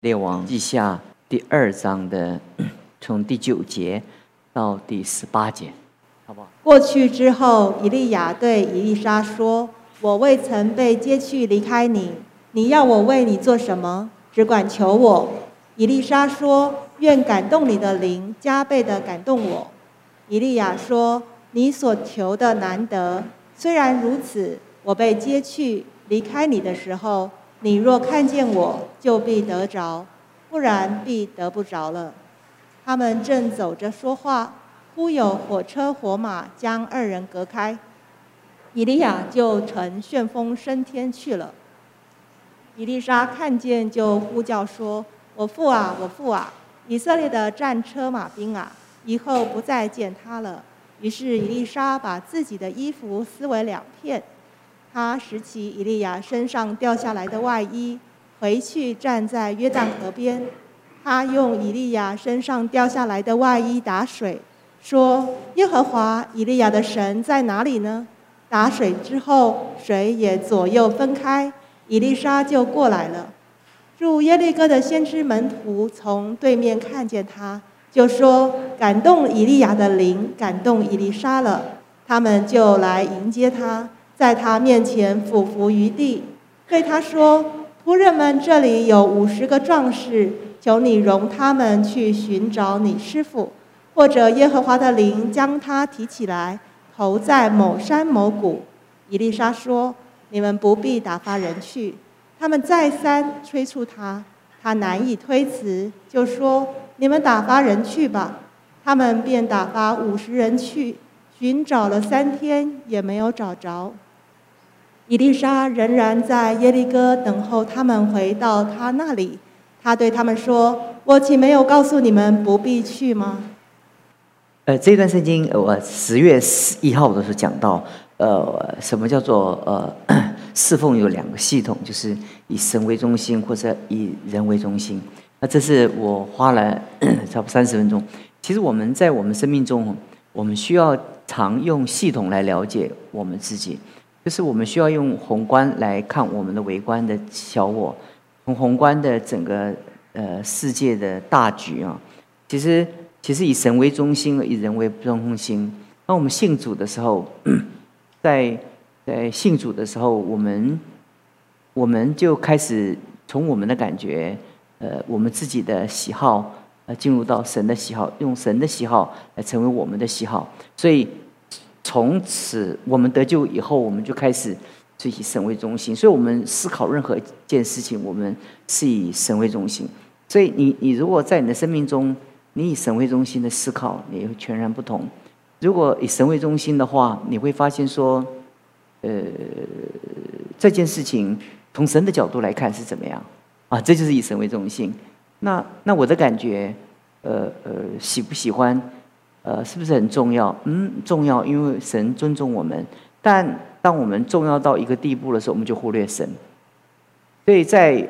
列王记下第2章的从第9节到第18节，好不好？ 过去之后，以利亚对以利沙说：“我未曾被接去离开你，你要我为你做什么？只管求我。”以利沙说：“愿感动你的灵加倍的感动我。”以利亚说：“你所求的难得，虽然如此，我被接去离开你的时候，你若看见我，就必得着；不然必得不着了。”他们正走着说话，忽有火车火马将2人隔开，以利亚就乘旋风升天去了。以利沙看见，就呼叫说：“我父啊，我父啊！以色列的战车马兵啊，以后不再见他了。”于是以利沙把自己的衣服撕为2片，他拾起以利亚身上掉下来的外衣，回去站在约旦河边。他用以利亚身上掉下来的外衣打水，说：“耶和华以利亚的神在哪里呢？”打水之后，水也左右分开，以利沙就过来了。住耶利哥的先知门徒从对面看见他，就说：“感动以利亚的灵感动以利沙了。”他们就来迎接他，在他面前俯伏于地，对他说：“仆人们这里有50个壮士，求你容他们去寻找你师父，或者耶和华的灵将他提起来，投在某山某谷。”以利沙说：“你们不必打发人去。”他们再三催促他，他难以推辞，就说：“你们打发人去吧。”他们便打发50人去，寻找了3天，也没有找着。以利沙仍然在耶利哥等候他们回到他那里。他对他们说：“我岂没有告诉你们不必去吗？” 这段圣经我10月1号的时候讲到，什么叫做侍奉有2个系统，就是以神为中心或者以人为中心。那这是我花了差不多30分钟。其实我们在我们生命中，我们需要常用系统来了解我们自己，就是我们需要用宏观来看我们的微观的小我，从宏观的整个世界的大局啊，其实以神为中心，以人为中心。当我们信主的时候，在信主的时候，我们就开始从我们的感觉，我们自己的喜好，进入到神的喜好，用神的喜好来成为我们的喜好。所以从此我们得救以后，我们就开始以神为中心。所以我们思考任何一件事情，我们是以神为中心。所以你如果在你的生命中，你以神为中心的思考，你会全然不同。如果以神为中心的话，你会发现说，这件事情从神的角度来看是怎么样啊？这就是以神为中心。那我的感觉，喜不喜欢，是不是很重要？重要，因为神尊重我们。但当我们重要到一个地步的时候，我们就忽略神。所以在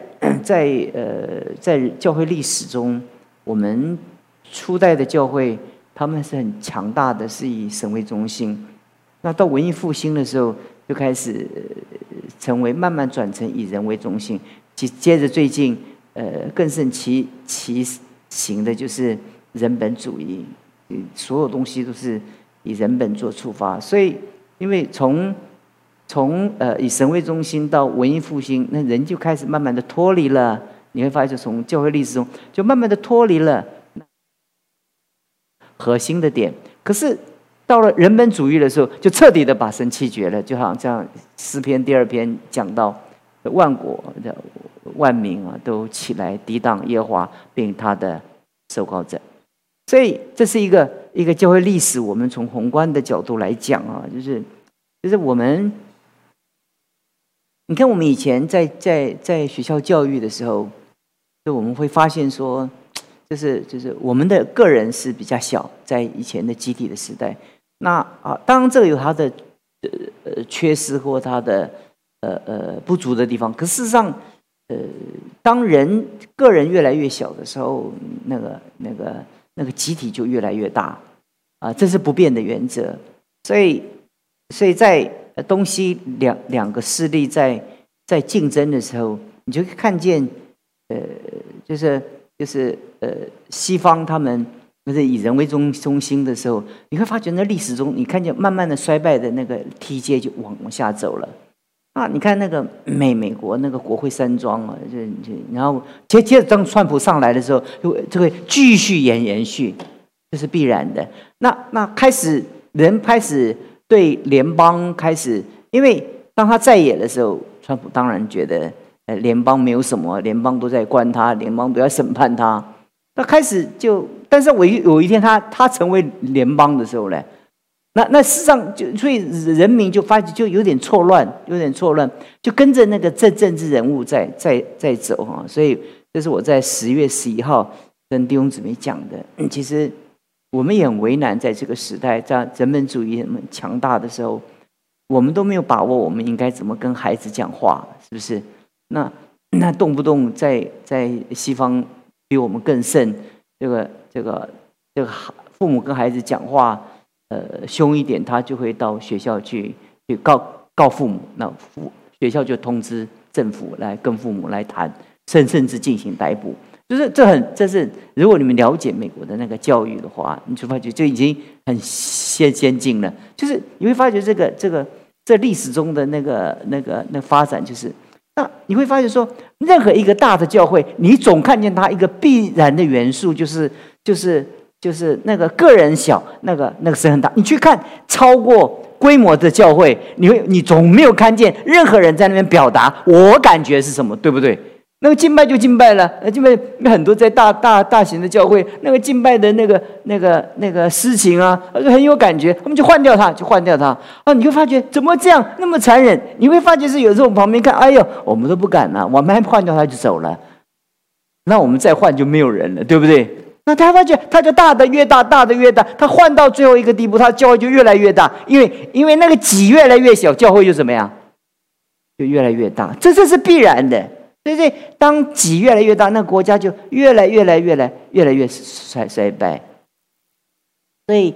教会历史中，我们初代的教会，他们是很强大的，是以神为中心。那到文艺复兴的时候，就开始成为慢慢转成以人为中心。接着最近，更甚其行的就是人本主义，所有东西都是以人本做出发。所以，因为从以神为中心到文艺复兴，那人就开始慢慢的脱离了。你会发现，从教会历史中就慢慢的脱离了核心的点。可是到了人本主义的时候，就彻底的把神弃绝了。就好像这样，诗篇第2篇讲到，万国的万民啊，都起来抵挡耶和华并他的受膏者。所以这是一个教会历史，我们从宏观的角度来讲啊，就是我们，你看我们以前在学校教育的时候，就我们会发现说，就是我们的个人是比较小，在以前的集体的时代。那当然这个有它的缺失或它的不足的地方。可事实上，当个人越来越小的时候，那个集体就越来越大啊，这是不变的原则。所以在东西两个势力在竞争的时候，你就看见西方他们就是以人为中心的时候，你会发觉那历史中，你看见慢慢的衰败的那个梯阶就往下走了。你看那个美国那个国会山庄啊，然后接着当川普上来的时候，就会继续延续，这是必然的。那人开始对联邦开始，因为当他在野的时候，川普当然觉得联邦没有什么，联邦都在关他，联邦都要审判他。他开始但是有一天他成为联邦的时候呢，那事实上所以人民就发觉就有点错乱，就跟着那个政治人物在走哈。所以这是我在10月11号跟弟兄姊妹讲的。其实我们也很为难，在这个时代，在人本主义很强大的时候，我们都没有把握我们应该怎么跟孩子讲话，是不是？那动不动在西方比我们更甚，这个父母跟孩子讲话，凶一点，他就会到学校去告父母，那学校就通知政府来跟父母来谈，甚至进行逮捕。就是这是如果你们了解美国的那个教育的话，你就发觉就已经很先进了。就是你会发觉这历史中的那个发展，就是那你会发觉说，任何一个大的教会，你总看见它一个必然的元素，就是那个个人小，那个是很大。你去看超过规模的教会，你总没有看见任何人在那边表达我感觉是什么，对不对？那个敬拜就敬拜了，敬拜很多在大型的教会，那个敬拜的那个诗情啊，很有感觉，他们就换掉它你会发觉怎么这样那么残忍？你会发觉是有时候旁边看，哎呦，我们都不敢了，我们还换掉它就走了，那我们再换就没有人了，对不对？那他发觉他就大的越大，他换到最后一个地步，他教会就越来越大，因为那个己越来越小，教会就怎么样，就越来越大，这是必然的。对不对？当己越来越大，那国家就越来越衰败。所以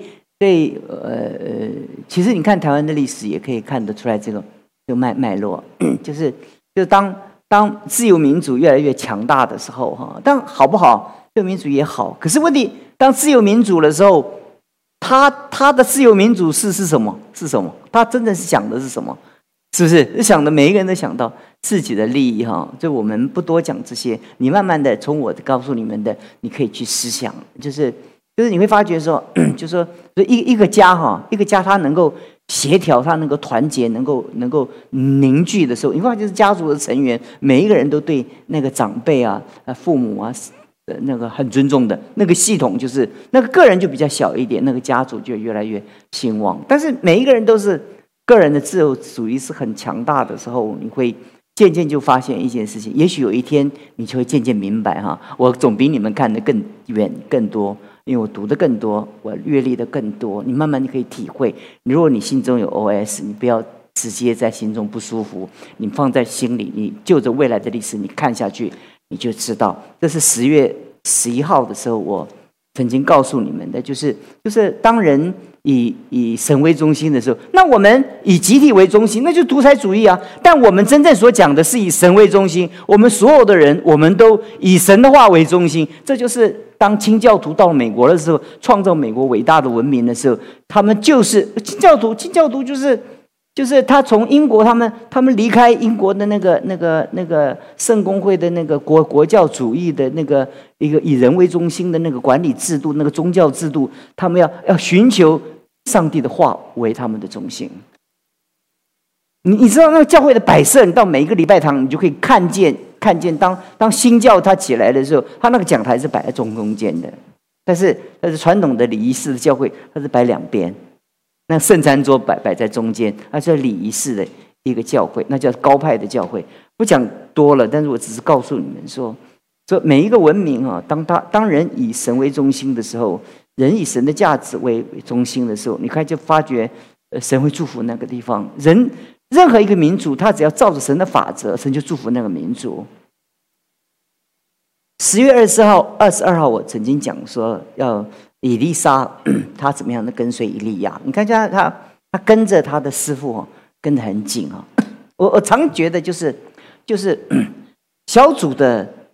其实你看台湾的历史也可以看得出来这个脉络，就是当自由民主越来越强大的时候，哈，但好不好？自由民主也好，可是问题当自由民主的时候，他的自由民主是什么？他真正是想的是什么？是不是想的每一个人都想到自己的利益哈？就我们不多讲这些，你慢慢的从我告诉你们的，你可以去思想，就是你会发觉说，就是说一个家哈，一个家它能够协调，它能够团结，能够凝聚的时候，你会发觉是家族的成员每一个人都对那个长辈啊、父母啊那个很尊重的，那个系统就是那个个人就比较小一点，那个家族就越来越兴旺，但是每一个人都是。个人的自由主义是很强大的时候，你会渐渐就发现一件事情，也许有一天你就会渐渐明白哈，我总比你们看得更远更多，因为我读的更多，我阅历的更多，你慢慢你可以体会。如果你心中有 OS， 你不要直接在心中不舒服，你放在心里，你就着未来的历史你看下去，你就知道。这是10月11号的时候，我曾经告诉你们的，就是当人以神为中心的时候，那我们以集体为中心，那就是独裁主义啊。但我们真正所讲的是以神为中心，我们所有的人，我们都以神的话为中心。这就是当清教徒到美国的时候，创造美国伟大的文明的时候，他们就是清教徒就是他从英国，他们离开英国的那个圣公会的那个国教主义的那个一个以人为中心的那个管理制度，那个宗教制度，他们要寻求上帝的话为他们的中心。你知道那个教会的摆设，你到每一个礼拜堂，你就可以看见当新教他起来的时候，他那个讲台是摆在中间的，但是传统的礼仪式的教会，它是摆两边。那圣餐桌摆在中间，那是礼仪式的一个教会，那叫高派的教会。不讲多了，但是我只是告诉你们说每一个文明啊，当人以神为中心的时候，人以神的价值为中心的时候，你看就发觉神会祝福那个地方。任何一个民族，他只要照着神的法则，神就祝福那个民族。10月22号，我曾经讲说要。以利沙他怎么样的跟随以利亚？你看他跟着他的师父跟得很紧啊。我常觉得就是小组的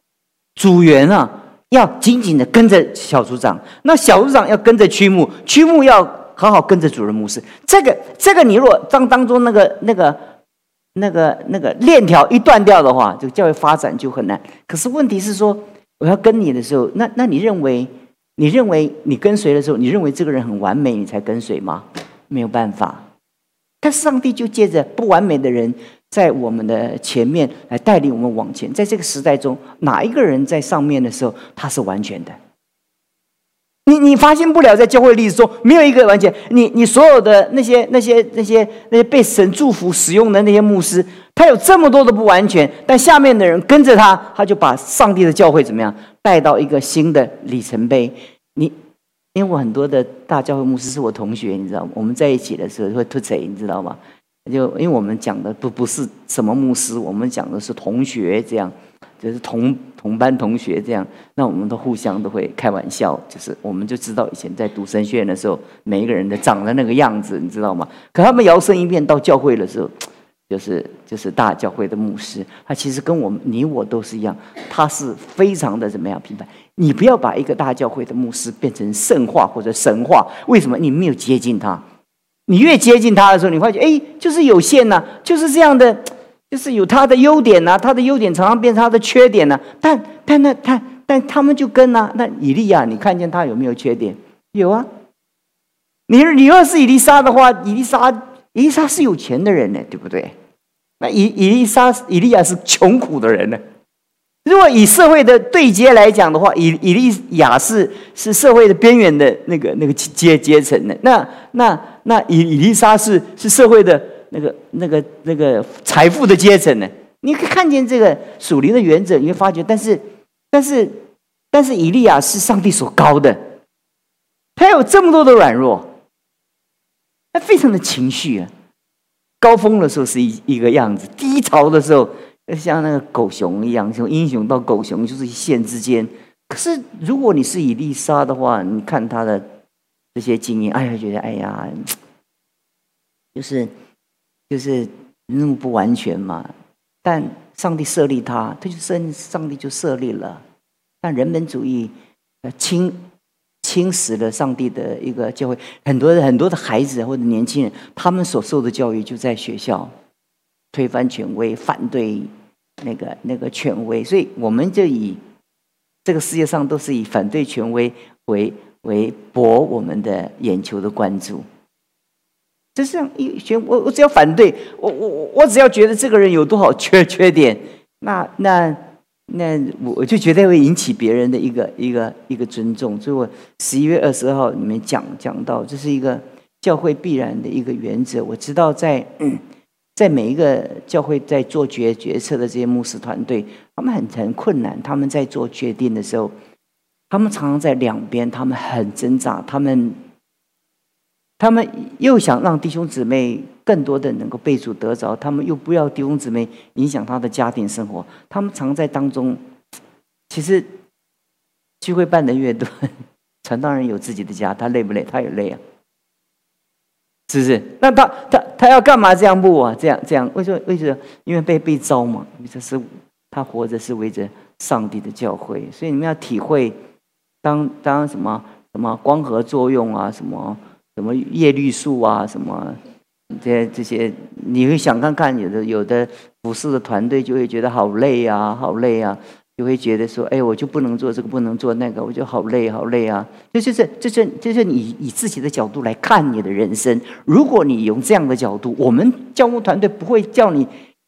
组员啊，要紧紧的跟着小组长，那小组长要跟着区牧，区牧要好好跟着主任牧师。这个，你如果当中那个链条一断掉的话，这个教会发展就很难。可是问题是说，我要跟你的时候，那你认为你跟随的时候，你认为这个人很完美，你才跟随吗？没有办法。但上帝就借着不完美的人，在我们的前面来带领我们往前。在这个时代中，哪一个人在上面的时候，他是完全的？你发现不了，在教会历史中没有一个完全。你所有的那些被神祝福使用的那些牧师，他有这么多的不完全，但下面的人跟着他，他就把上帝的教会怎么样带到一个新的里程碑。因为我很多的大教会牧师是我同学，你知道吗？我们在一起的时候会吐槽，你知道吗？就因为我们讲的不是什么牧师，我们讲的是同学，这样就是同班同学这样。那我们都互相都会开玩笑，就是我们就知道以前在读神学院的时候，每一个人的长的那个样子，你知道吗？可他们摇身一变到教会的时候，就是大教会的牧师，他其实跟你我都是一样，他是非常的怎么样平凡。你不要把一个大教会的牧师变成圣化或者神化，为什么？你没有接近他。你越接近他的时候，你发觉就是有限呐，就是这样的，就是有他的优点呐，他的优点常常变成他的缺点呐。但他们就跟啊，那以利亚，你看见他有没有缺点？有啊。你若是以利沙的话，以利沙是有钱的人呢，对不对？那以利亚是穷苦的人呢。如果以社会的对接来讲的话，以利亚是社会的边缘的那个阶层的，那以利沙是社会的那个财富的阶层呢。你可以看见这个属灵的原则，你会发觉，但是以利亚是上帝所高的，他有这么多的软弱，他非常的情绪啊。高峰的时候是一个样子，低潮的时候像那个狗熊一样，从英雄到狗熊就是一线之间。可是如果你是以利沙的话，你看他的这些经验，觉得就是那么不完全嘛。但上帝设立他上帝就设立了。但人本主义侵蚀了上帝的一个教会，很多的孩子或者年轻人，他们所受的教育就在学校推翻权威，反对那个权威，所以我们就以这个世界上都是以反对权威为博我们的眼球的关注。就这样我只要反对，我只要觉得这个人有多少缺点，那我就觉得会引起别人的一个尊重。所以我11月22号里面讲到，这是一个教会必然的一个原则。我知道在每一个教会在做决策的这些牧师团队，他们很困难，他们在做决定的时候，他们常常在两边，他们很挣扎，他们又想让弟兄姊妹更多的能够被主得着，他们又不要弟兄姊妹影响他的家庭生活，他们常在当中。其实聚会办得越多，传道人有自己的家，他累不累？他也累啊，是不是？那他要干嘛这样不啊？这样，为什么？因为被招嘛，这是他活着是为着上帝的教会，所以你们要体会当什么光合作用啊，什么叶绿素啊，什么这些，你会想看看，有的服侍的团队就会觉得好累啊，就会觉得说，我就不能做这个，不能做那个，我就好累啊。就是你以自己的角度来看你的人生。如果你用这样的角度，我们教牧团队不会叫你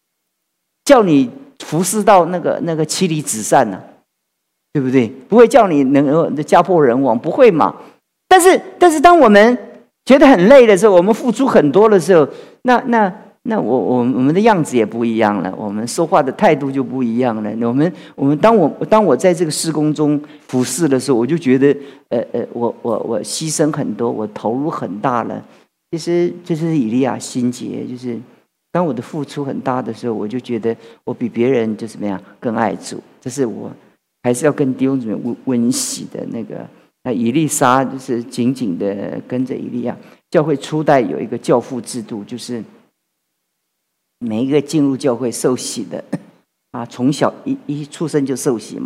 服侍到那个妻离子散啊，对不对？不会叫你能够家破人亡，不会嘛。但是当我们觉得很累的时候，我们付出很多的时候，那我们的样子也不一样了，我们说话的态度就不一样了。我们当我在这个事工中服侍的时候，我就觉得我牺牲很多，我投入很大了。其实这是以利亚心结，就是当我的付出很大的时候，我就觉得我比别人就怎么样更爱主。这是我还是要跟弟兄姊妹温习的那个。那以利沙就是紧紧的跟着以利亚。教会初代有一个教父制度，就是每一个进入教会受洗的从小一出生就受洗嘛，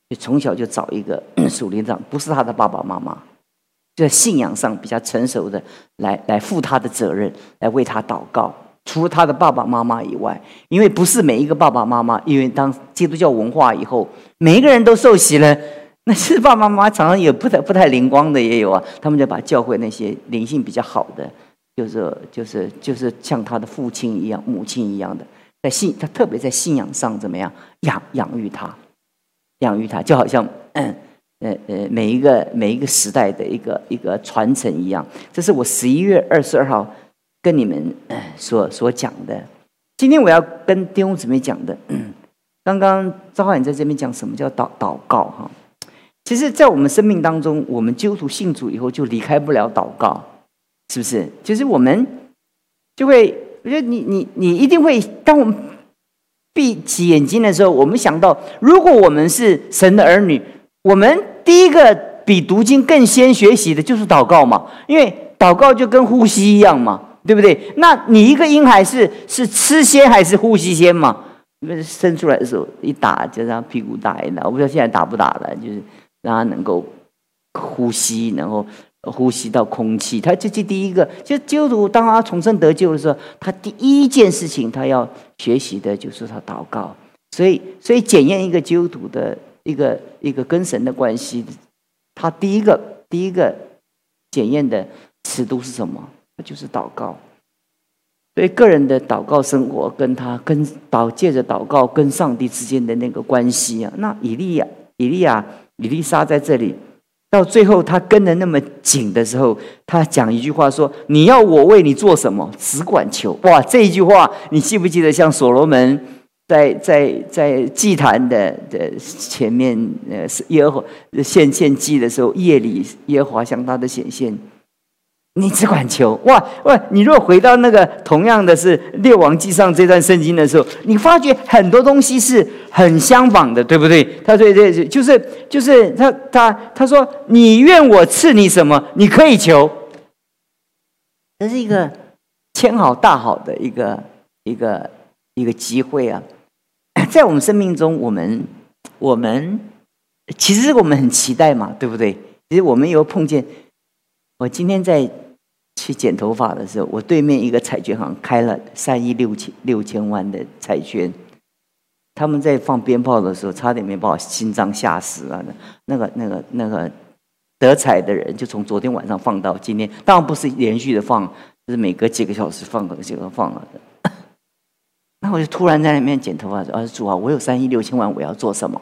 就从小就找一个属灵长，不是他的爸爸妈妈，就在信仰上比较成熟的来负他的责任，来为他祷告。除了他的爸爸妈妈以外，因为不是每一个爸爸妈妈，因为当基督教文化以后，每一个人都受洗了，那些爸爸妈妈常常也不太灵光的也有啊，他们就把教会那些灵性比较好的，就是像他的父亲一样、母亲一样的，他特别在信仰上怎么样养育他，就好像每一个时代的一个传承一样。这是我11月22号跟你们所讲的。今天我要跟弟兄姊妹讲的，刚刚赵浩远在这边讲什么叫祷告哈。其实，在我们生命当中，我们基督徒信主以后就离开不了祷告，是不是？就是我们就会，我觉得你一定会，当我们闭起眼睛的时候，我们想到，如果我们是神的儿女，我们第一个比读经更先学习的就是祷告嘛，因为祷告就跟呼吸一样嘛，对不对？那你一个婴孩是吃先还是呼吸先嘛？因为生出来的时候一打就让屁股打一打，我不知道现在打不打了，就是让他能够呼吸，然后呼吸到空气。他这第一个，就基督徒当他重生得救的时候，他第一件事情他要学习的就是他祷告。所以检验一个基督徒的一个跟神的关系，他第一个检验的尺度是什么？就是祷告。所以个人的祷告生活借着祷告跟上帝之间的那个关系啊，那以利沙在这里到最后他跟得那么紧的时候，他讲一句话说：“你要我为你做什么？只管求。”哇，这一句话你记不记得？像所罗门在祭坛的前面，耶和华献祭的时候，夜里耶和华向他的显现。你只管求。哇！你如果回到那个同样的是列王纪上这段圣经的时候，你发觉很多东西是很相仿的，对不对？他对，就是他说你愿我赐你什么，你可以求。这是一个千好大好的一个机会啊！在我们生命中，我们其实我们很期待嘛，对不对？其实我们有碰见，我今天在去剪头发的时候，我对面一个彩券行开了3亿6千万的彩券，他们在放鞭炮的时候，差点没把我心脏吓死了。那个得彩的人，就从昨天晚上放到今天，当然不是连续的放，就是每隔几个小时放，放了的。那我就突然在那边剪头发说：“主啊，我有3亿6千万，我要做什么？”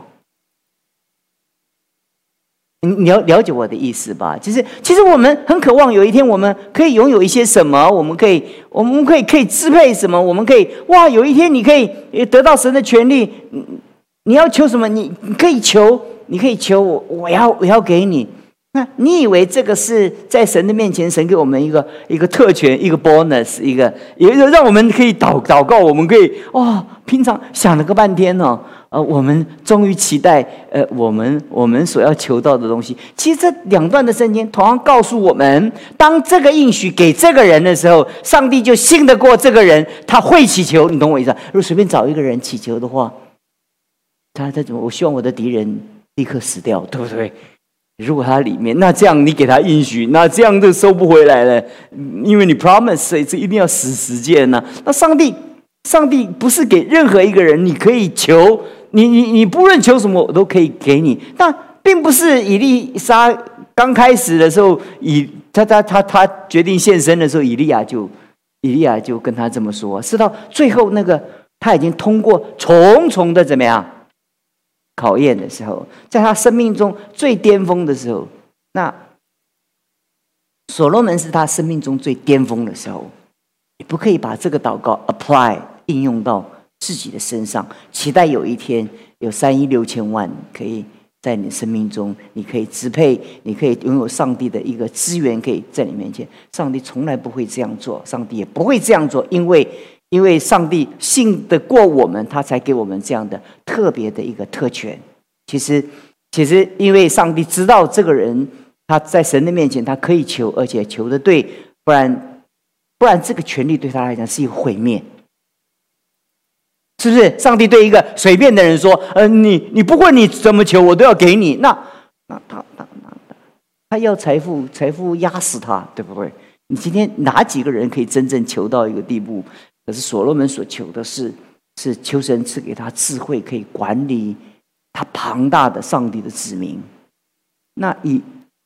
你了解我的意思吧？其实我们很渴望有一天我们可以拥有一些什么，我们可以支配什么，我们可以有一天你可以得到神的权利。你要求什么？你可以求我要给你。那你以为这个是在神的面前，神给我们一个特权，一个 bonus， 一个让我们可以祷告，我们可以平常想了个半天我们终于期待我们所要求到的东西。其实这两段的圣经同样告诉我们，当这个应许给这个人的时候，上帝就信得过这个人，他会祈求。你懂我意思啊？如果随便找一个人祈求的话，他怎么？我希望我的敌人立刻死掉，对不对？如果他里面，那这样你给他应许，那这样就收不回来了，因为你 promise 这一定要实践呢。那上帝不是给任何一个人，你可以求你不论求什么，我都可以给你。但并不是以利沙刚开始的时候，他决定献身的时候，以利亚就跟他这么说，是到最后那个他已经通过重重的怎么样考验的时候，在他生命中最巅峰的时候，那所罗门是他生命中最巅峰的时候。你不可以把这个祷告 apply 应用到自己的身上，期待有一天有3亿6千万可以在你生命中，你可以支配，你可以拥有上帝的一个资源，可以在你面前。上帝从来不会这样做，上帝也不会这样做，因为上帝信得过我们，他才给我们这样的特别的一个特权。其实因为上帝知道这个人他在神的面前他可以求，而且求得对，不然这个权利对他来讲是一个毁灭。 是不是？上帝对一个随便的人说：“你不管你怎么求，我都要给你。”那他要财富压死他，对不对？你今天哪几个人可以真正求到一个地步？可是所罗门所求的是求神赐给他智慧，可以管理他庞大的上帝的子民。那以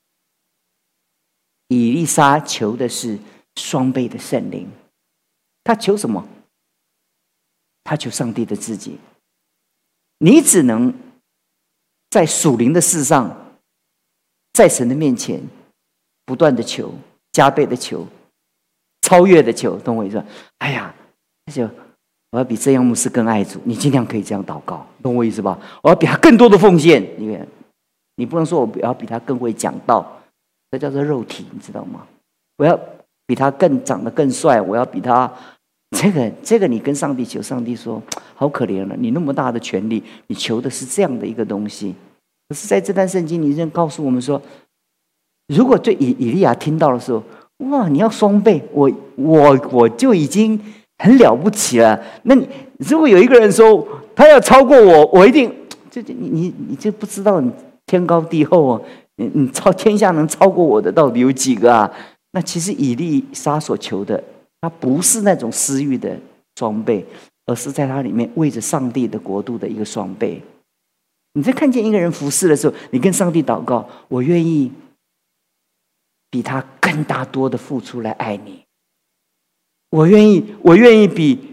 利沙求的是双倍的圣灵，他求什么？他求上帝的自己。你只能在属灵的事上，在神的面前不断的求，加倍的求，超越的求，懂我意思吧？哎呀，我要比这样牧师更爱主，你尽量可以这样祷告，懂我意思吧？我要比他更多的奉献，你不能说我要比他更会讲道，这叫做肉体，你知道吗？我要比他长得更帅，我要比他这个你跟上帝求，上帝说好可怜了，你那么大的权利，你求的是这样的一个东西。可是在这段圣经里面告诉我们说，如果对以利亚听到的时候，哇，你要双倍，我就已经很了不起了。那你如果有一个人说他要超过我一定你就不知道你天高地厚啊！你天下能超过我的到底有几个啊？那其实以利沙所求的，他不是那种私欲的双倍，而是在他里面为着上帝的国度的一个双倍。你在看见一个人服侍的时候，你跟上帝祷告，我愿意比他更大多的付出来爱你，我愿意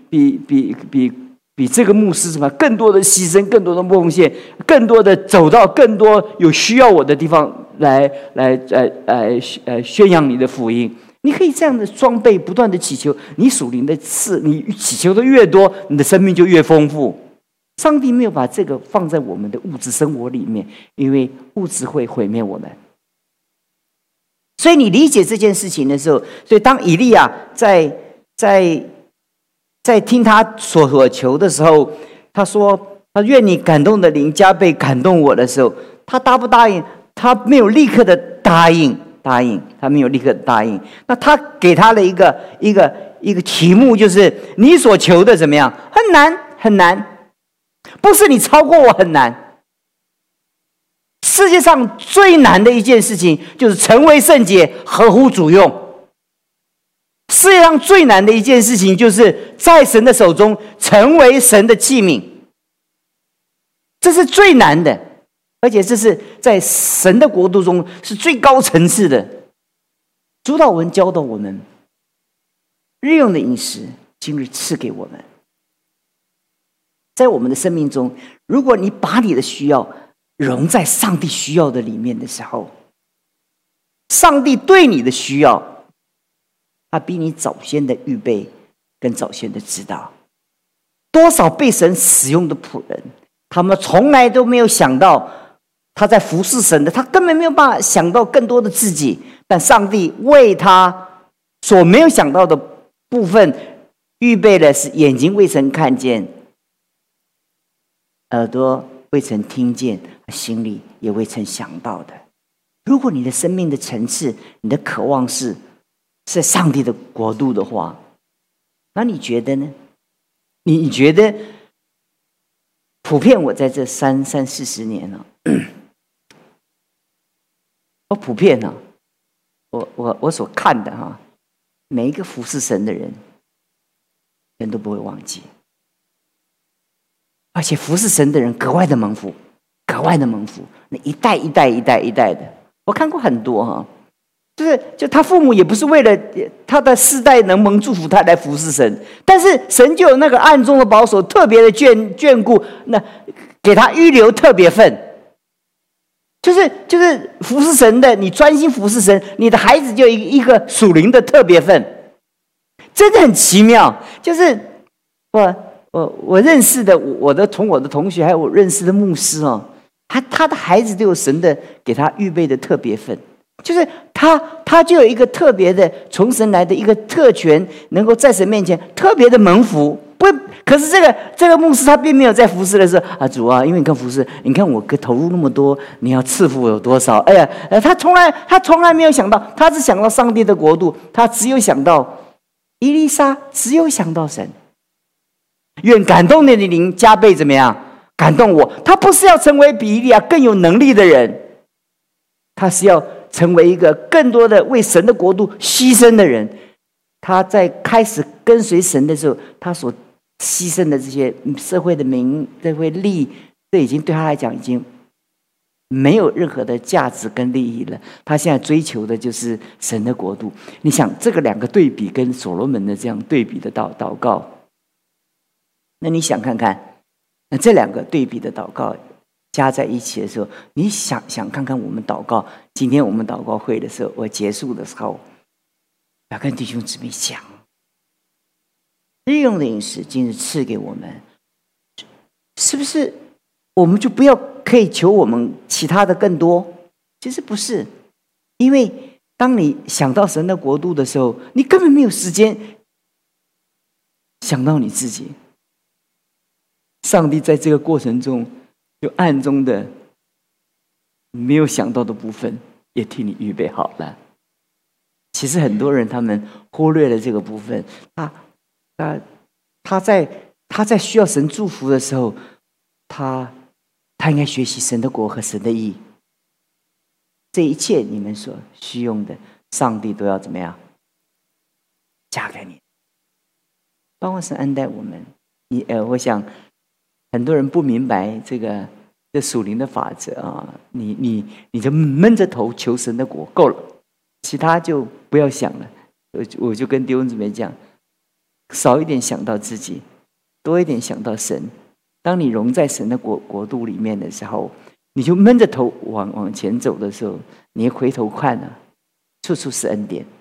比这个牧师什么更多的牺牲，更多的奉献，更多的走到更多有需要我的地方来宣扬你的福音。你可以这样的双倍不断的祈求，你属灵的事，你祈求的越多，你的生命就越丰富。上帝没有把这个放在我们的物质生活里面，因为物质会毁灭我们。所以你理解这件事情的时候，所以当以利亚在听他所求的时候，他说他愿你感动的灵加倍感动我的时候，他答不答应？他没有立刻的答应，他没有立刻的答应。那他给他了一个题目，就是你所求的怎么样？很难，不是你超过我很难。世界上最难的一件事情就是成为圣洁，合乎主用。世界上最难的一件事情就是在神的手中成为神的器皿，这是最难的，而且这是在神的国度中是最高层次的。主祷文教导我们，日用的饮食今日赐给我们。在我们的生命中，如果你把你的需要融在上帝需要的里面的时候，上帝对你的需要，他比你早先的预备跟早先的知道。多少被神使用的仆人，他们从来都没有想到他在服侍神的，他根本没有办法想到更多的自己，但上帝为他所没有想到的部分预备的是眼睛未曾看见，耳朵未曾听见，心里也未曾想到的。如果你的生命的层次，你的渴望是上帝的国度的话，那你觉得呢？你觉得普遍我在这40年了，我普遍呢，我所看的哈，每一个服侍神的人都不会忘记，而且服侍神的人格外的蒙福，那一代的，我看过很多哈。就他父母也不是为了他的世代能蒙祝福他来服侍神，但是神就有那个暗中的保守，特别的眷顾，那给他预留特别份，就是服侍神的，你专心服侍神，你的孩子就有一个属灵的特别份，真的很奇妙。就是我认识的我的同学还有我认识的牧师哦，他的孩子都有神的给他预备的特别份。就是他就有一个特别的从神来的一个特权，能够在神面前特别的蒙福。不，可是这个牧师他并没有在服侍的时候啊，主啊，因为你看服侍，你看我投入那么多，你要赐福我有多少？哎呀，他从来没有想到，他只想到上帝的国度，他只有想到以利沙，只有想到神。 愿感动你的灵加倍怎么样感动我。他不是要成为比以利亚更有能力的人，他是要成为一个更多的为神的国度牺牲的人。他在开始跟随神的时候，他所牺牲的这些社会的名、社会利益，这已经对他来讲已经没有任何的价值跟利益了。他现在追求的就是神的国度。你想这个两个对比，跟所罗门的这样对比的祷告，那你想看看，那这两个对比的祷告加在一起的时候，你想看看我们祷告，今天我们祷告会的时候，我结束的时候要跟弟兄姊妹讲，日用的饮食今日赐给我们，是不是我们就不要可以求我们其他的更多？其实不是，因为当你想到神的国度的时候，你根本没有时间想到你自己。上帝在这个过程中就暗中的没有想到的部分也替你预备好了。其实很多人他们忽略了这个部分，他在需要神祝福的时候，他应该学习神的国和神的义。这一切你们所需用的，上帝都要怎么样加给你。包括神恩待我们，我想很多人不明白这属灵的法则啊，你就闷着头求神的国够了，其他就不要想了。我就跟弟兄姊妹讲，少一点想到自己，多一点想到神。当你融在神的国度里面的时候，你就闷着头往前走的时候，你回头看啊，处处是恩典。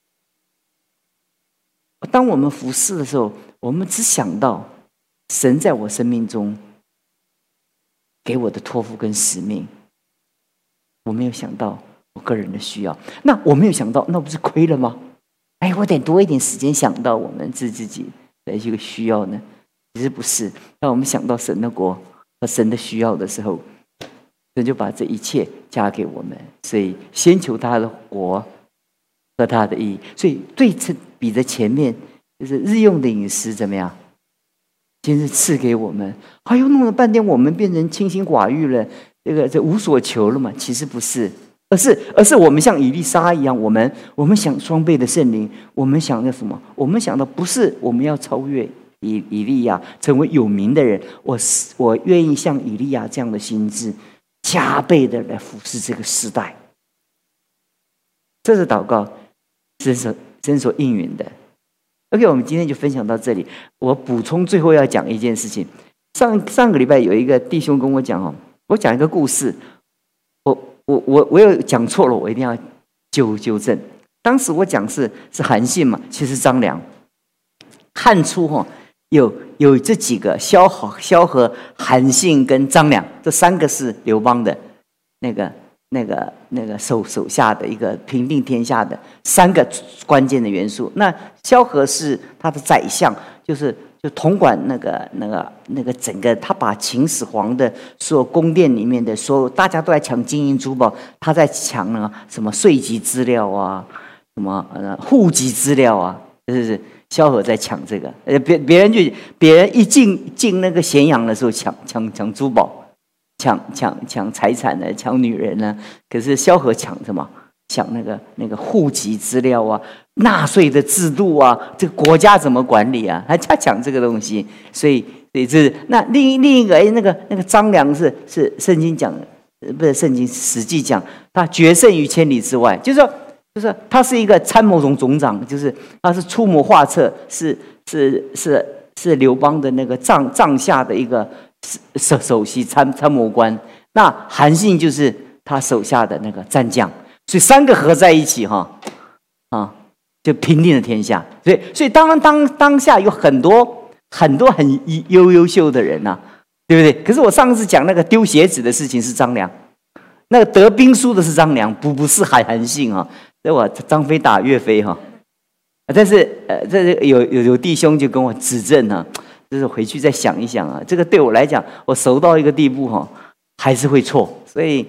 当我们服侍的时候，我们只想到神在我生命中给我的托付跟使命，我没有想到我个人的需要。那我没有想到，那不是亏了吗？哎，我得多一点时间想到我们自己的一个需要呢。其实不是，当我们想到神的国和神的需要的时候，神就把这一切加给我们。所以先求他的国和他的义。所以对比的前面就是日用的饮食怎么样？今日赐给我们。哎呦，弄了半天我们变成清心寡欲了，这无所求了嘛？其实不是，而是我们像以利沙一样，我们想双倍的圣灵，我们想要什么？我们想到不是我们要超越以利亚，成为有名的人。我愿意像以利亚这样的心志，加倍的来服侍这个时代。这是祷告神所应允的。OK， 我们今天就分享到这里。我补充最后要讲一件事情。上个礼拜有一个弟兄跟我讲我讲一个故事，我有讲错了，我一定要纠正。当时我讲是韩信嘛，其实张良。汉初有这几个萧何、韩信跟张良，这三个是刘邦的那个手下的一个平定天下的三个关键的元素。那萧何是他的宰相，就统管那个整个，他把秦始皇的所有宫殿里面的所有大家都在抢金银珠宝，他在抢什么税籍资料啊，什么户籍资料啊，就是萧何在抢这个。别人一进那个咸阳的时候抢珠宝。抢财产呢，抢女人呢。可是萧何抢什么？抢那个户籍资料啊，纳税的制度啊，这个国家怎么管理啊？他抢这个东西。所以这是那另一个那个张良是圣经讲，不是圣经史记讲，他决胜于千里之外，就是他是一个参谋总长，就是他是出谋划策，是刘邦的那个帐下的一个首席参谋官。那韩信就是他手下的那个战将，所以三个合在一起就平定了天下。所以当下有很多很优秀的人啊，对不对？可是我上次讲那个丢鞋子的事情是张良，那个得兵书的是张良，不是韩信啊。所以我张飞打岳飞但是这有弟兄就跟我指正就是回去再想一想这个对我来讲，我熟到一个地步还是会错。所以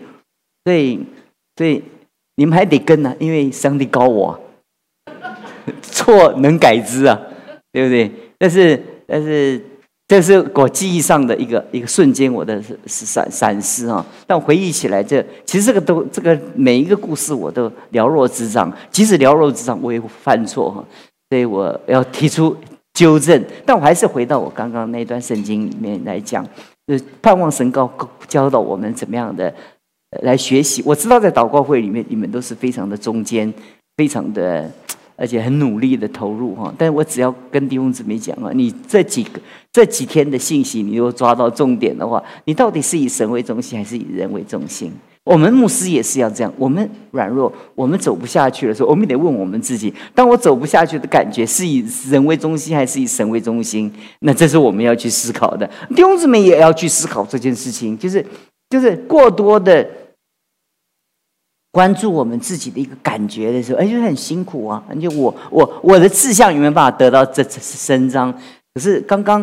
你们还得跟因为上帝高我错能改之对不对？但是这是我记忆上的一个瞬间，我的闪失啊。但我回忆起来，其实这个每一个故事我都了若指掌，即使了若指掌，我也犯错哈。所以我要提出纠正，但我还是回到我刚刚那段圣经里面来讲，盼望神教导我们怎么样的来学习。我知道在祷告会里面，你们都是非常的中间，非常的。而且很努力的投入哈，但我只要跟弟兄姊妹讲啊，你这几天的信息，你如果抓到重点的话，你到底是以神为中心还是以人为中心？我们牧师也是要这样，我们软弱，我们走不下去的时候，我们得问我们自己：当我走不下去的感觉，是以人为中心还是以神为中心？那这是我们要去思考的。弟兄姊妹也要去思考这件事情，就是过多的。关注我们自己的一个感觉的时候，就很辛苦啊！就我的志向有没有办法得到这伸张？可是刚刚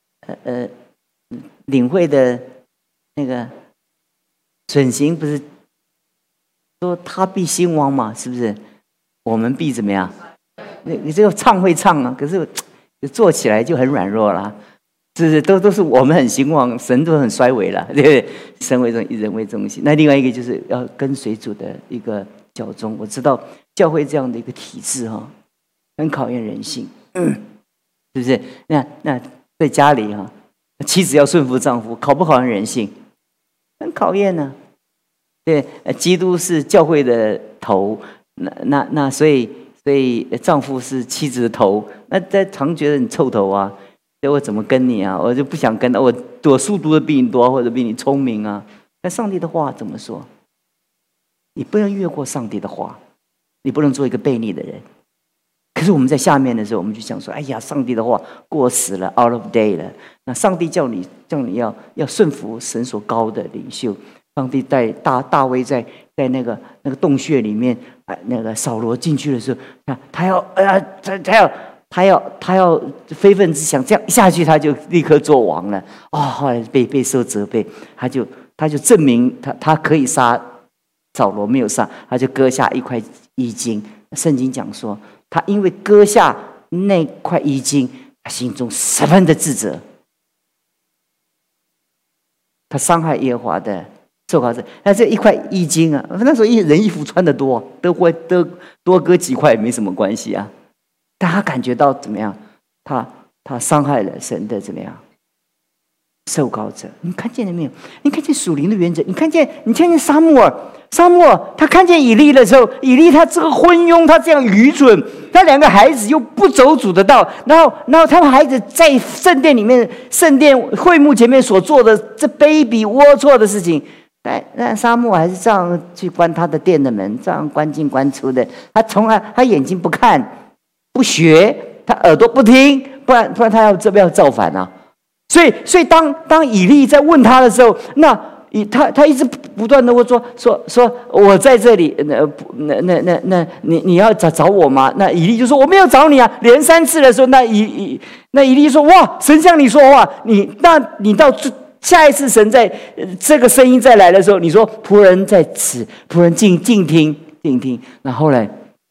领会的那个准行不是说他必兴旺嘛？是不是？我们必怎么样？你这个唱会唱啊，可是做起来就很软弱啦。是不是都是我们很兴旺，神都很衰微了，对不对？神为中，以人为中心。那另外一个就是要跟随主的一个教宗。我知道教会这样的一个体制哈，很考验人性，是不是？那在家里哈，妻子要顺服丈夫，考不考验人性？很考验呢。对，基督是教会的头，那所以丈夫是妻子的头，那在常觉得你臭头啊。我怎么跟你啊？我就不想跟他。我书读的比你多，或者比你聪明啊。那上帝的话怎么说？你不能越过上帝的话，你不能做一个悖逆的人。可是我们在下面的时候，我们就想说：哎呀，上帝的话过时了 ，out of date 了。那上帝叫你要顺服神所高的领袖。上帝带大卫在那个洞穴里面，那个扫罗进去的时候，他要非分之想，这样一下去他就立刻做王了。后来被受责备，他就证明他可以杀扫罗，没有杀，他就割下一块衣襟。圣经讲说，他因为割下那块衣襟，他心中十分的自责，他伤害耶和华的受膏者。那这一块衣襟啊，那时候人衣服穿得多，多割几块也没什么关系啊。但他感觉到怎么样？他伤害了神的怎么样？受膏者，你看见了没有？你看见属灵的原则？你看见撒母耳，他看见以利的时候，以利他这个昏庸，他这样愚蠢，他两个孩子又不走主的道，然后他们孩子在圣殿里面、圣殿会幕前面所做的这卑鄙龌龊的事情，但撒母耳还是这样去关他的殿的门，这样关进关出的，他眼睛不看。不学，他耳朵不听，不然他要造反啊！所以当以利在问他的时候，那他一直不断的会说我在这里，你要找我吗？那以利就说我没有找你啊，连3次的时候，那以利说哇，神向你说话，你到下一次神在这个声音再来的时候，你说仆人在此，仆人静听。那后来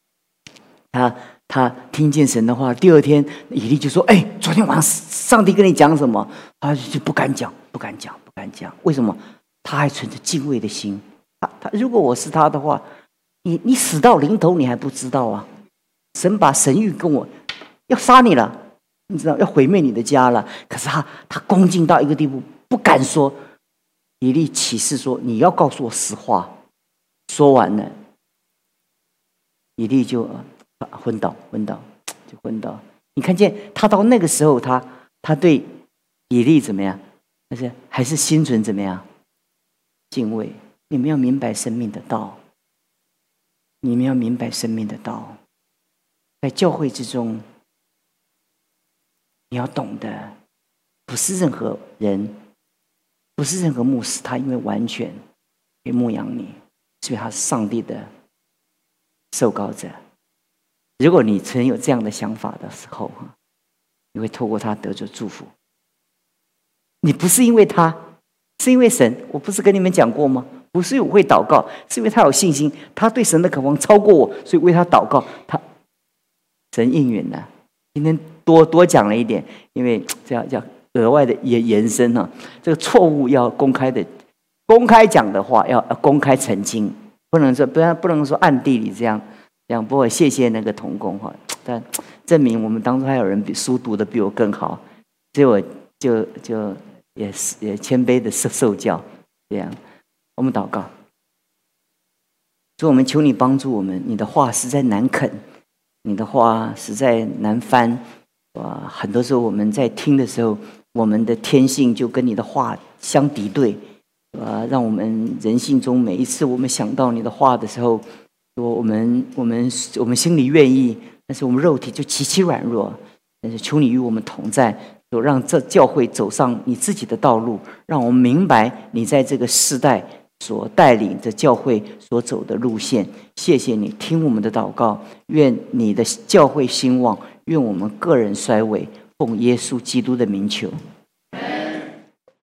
他听见神的话，第二天以利就说：“昨天晚上上帝跟你讲什么？”他就不敢讲。为什么？他还存着敬畏的心。他如果我是他的话，你死到临头你还不知道啊？神把神谕跟我要杀你了，你知道要毁灭你的家了。可是他恭敬到一个地步，不敢说。以利起誓说：“你要告诉我实话。”说完了，以利就昏倒。你看见他到那个时候，他对以利怎么样？还是心存怎么样？敬畏。你们要明白生命的道。在教会之中，你要懂得，不是任何人，不是任何牧师，他因为完全可以牧养你，所以他是上帝的受膏者。如果你曾有这样的想法的时候，你会透过他得着祝福。你不是因为他，是因为神。我不是跟你们讲过吗？不是我会祷告，是因为他有信心，他对神的渴望超过我，所以为他祷告，神应允了。今天多讲了一点，因为这样额外的延伸啊，这个错误要公开讲的话，要公开澄清，不能说暗地里这样。不过谢谢那个同工哈，但证明我们当中还有人书读的比我更好，所以我就也谦卑的受教。这样，我们祷告，主，我们求你帮助我们，你的话实在难啃，你的话实在难翻。很多时候我们在听的时候，我们的天性就跟你的话相敌对，让我们人性中每一次我们想到你的话的时候，我们心里愿意，但是我们肉体就极其软弱。但是求你与我们同在，让这教会走上你自己的道路，让我们明白你在这个世代所带领着教会所走的路线。谢谢你听我们的祷告，愿你的教会兴旺，愿我们个人衰微，奉耶稣基督的名求，